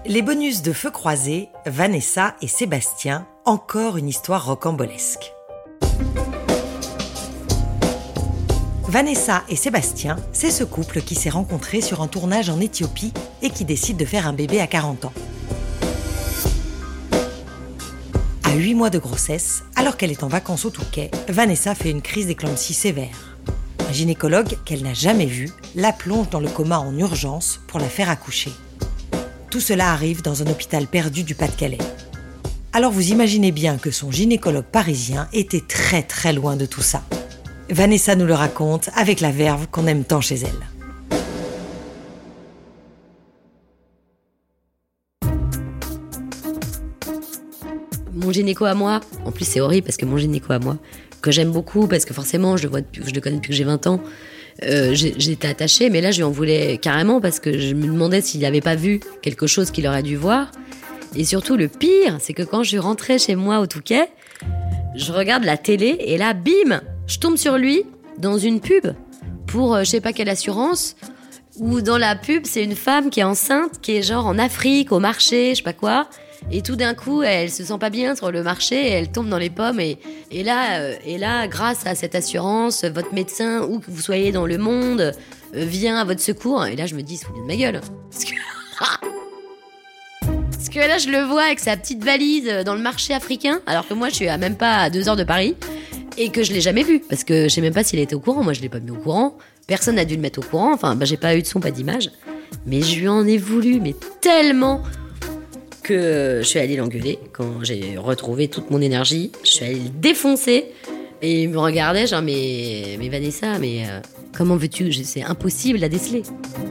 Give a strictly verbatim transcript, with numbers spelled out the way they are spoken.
Les bonus de Feu Croisé, Vanessa et Sébastien, encore une histoire rocambolesque. Vanessa et Sébastien, c'est ce couple qui s'est rencontré sur un tournage en Éthiopie et qui décide de faire un bébé à quarante ans. À huit mois de grossesse, alors qu'elle est en vacances au Touquet, Vanessa fait une crise d'éclampsie sévère. Un gynécologue qu'elle n'a jamais vu la plonge dans le coma en urgence pour la faire accoucher. Tout cela arrive dans un hôpital perdu du Pas-de-Calais. Alors vous imaginez bien que son gynécologue parisien était très très loin de tout ça. Vanessa nous le raconte avec la verve qu'on aime tant chez elle. Mon gynéco à moi, en plus c'est horrible parce que mon gynéco à moi, que j'aime beaucoup parce que forcément je le, vois depuis, je le connais depuis que j'ai vingt ans, euh, j'ai, j'étais attachée, mais là je lui en voulais carrément parce que je me demandais s'il n'avait pas vu quelque chose qu'il aurait dû voir. Et surtout le pire, c'est que quand je suis rentrée chez moi au Touquet, je regarde la télé et là bim, je tombe sur lui dans une pub pour euh, je sais pas quelle assurance, où dans la pub c'est une femme qui est enceinte, qui est genre en Afrique, au marché, je sais pas quoi. Et tout d'un coup, elle se sent pas bien sur le marché, et elle tombe dans les pommes. Et, et, là, euh, et là, grâce à cette assurance, votre médecin, où que vous soyez dans le monde, euh, vient à votre secours. Et là, je me dis, c'est bien de ma gueule. Parce que... Parce que là, je le vois avec sa petite valise dans le marché africain, alors que moi, je suis à même pas à deux heures de Paris, et que je l'ai jamais vu. Parce que je sais même pas s'il était au courant. Moi, je l'ai pas mis au courant. Personne n'a dû le mettre au courant. Enfin, bah, j'ai pas eu de son, pas d'image. Mais je lui en ai voulu, mais tellement... que je suis allée l'engueuler quand j'ai retrouvé toute mon énergie. Je suis allée le défoncer et il me regardait genre mais, mais Vanessa, mais euh, comment veux-tu? C'est impossible à déceler.